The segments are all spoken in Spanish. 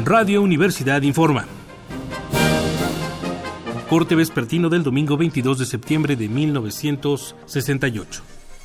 Radio Universidad informa. Corte vespertino del domingo 22 de septiembre de 1968.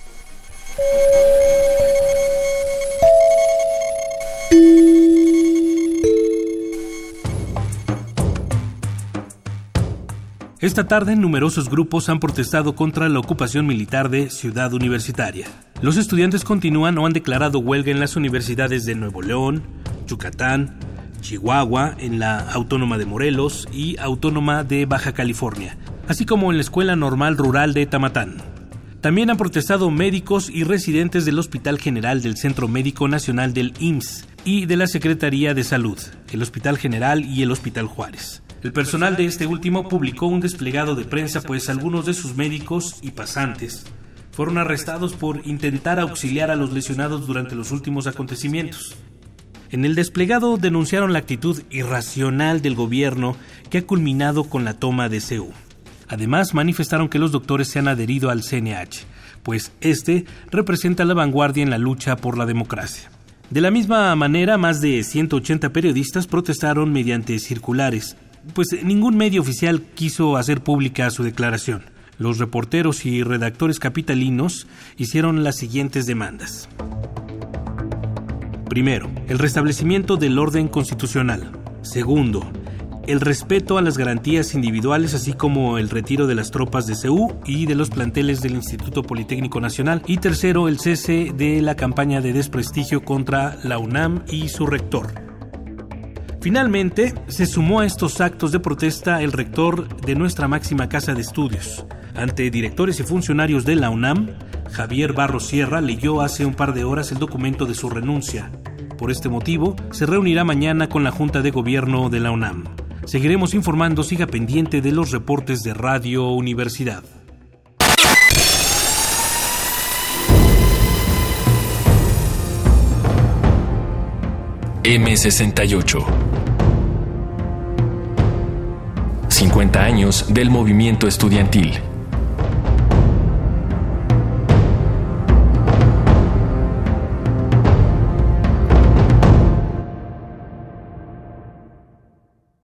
Esta tarde, numerosos grupos han protestado contra la ocupación militar de Ciudad Universitaria. Los estudiantes continúan o han declarado huelga en las universidades de Nuevo León, Yucatán, Chihuahua, en la Autónoma de Morelos y Autónoma de Baja California, así como en la Escuela Normal Rural de Tamatán. También han protestado médicos y residentes del Hospital General del Centro Médico Nacional del IMSS y de la Secretaría de Salud, el Hospital General y el Hospital Juárez. El personal de este último publicó un desplegado de prensa, pues algunos de sus médicos y pasantes fueron arrestados por intentar auxiliar a los lesionados durante los últimos acontecimientos. En el desplegado denunciaron la actitud irracional del gobierno que ha culminado con la toma de CU. Además, manifestaron que los doctores se han adherido al CNH, pues este representa la vanguardia en la lucha por la democracia. De la misma manera, más de 180 periodistas protestaron mediante circulares, pues ningún medio oficial quiso hacer pública su declaración. Los reporteros y redactores capitalinos hicieron las siguientes demandas. Primero, el restablecimiento del orden constitucional. Segundo, el respeto a las garantías individuales, así como el retiro de las tropas de CU y de los planteles del Instituto Politécnico Nacional. Y tercero, el cese de la campaña de desprestigio contra la UNAM y su rector. Finalmente, se sumó a estos actos de protesta el rector de nuestra máxima casa de estudios. Ante directores y funcionarios de la UNAM, Javier Barros Sierra leyó hace un par de horas el documento de su renuncia. Por este motivo, se reunirá mañana con la Junta de Gobierno de la UNAM. Seguiremos informando, siga pendiente de los reportes de Radio Universidad. M68. 50 años del movimiento estudiantil.